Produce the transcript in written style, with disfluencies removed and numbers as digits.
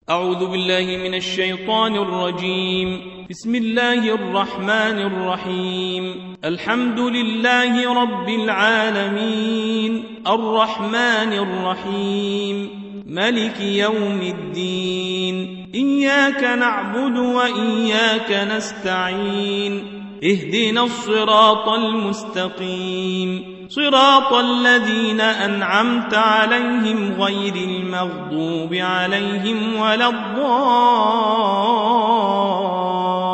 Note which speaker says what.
Speaker 1: أعوذ بالله من الشيطان الرجيم. بسم الله الرحمن الرحيم. الحمد لله رب العالمين، الرحمن الرحيم، ملك يوم الدين. إياك نعبد وإياك نستعين. اهدنا الصراط المستقيم، صراط الذين أنعمت عليهم غير المغضوب عليهم ولا الضالين.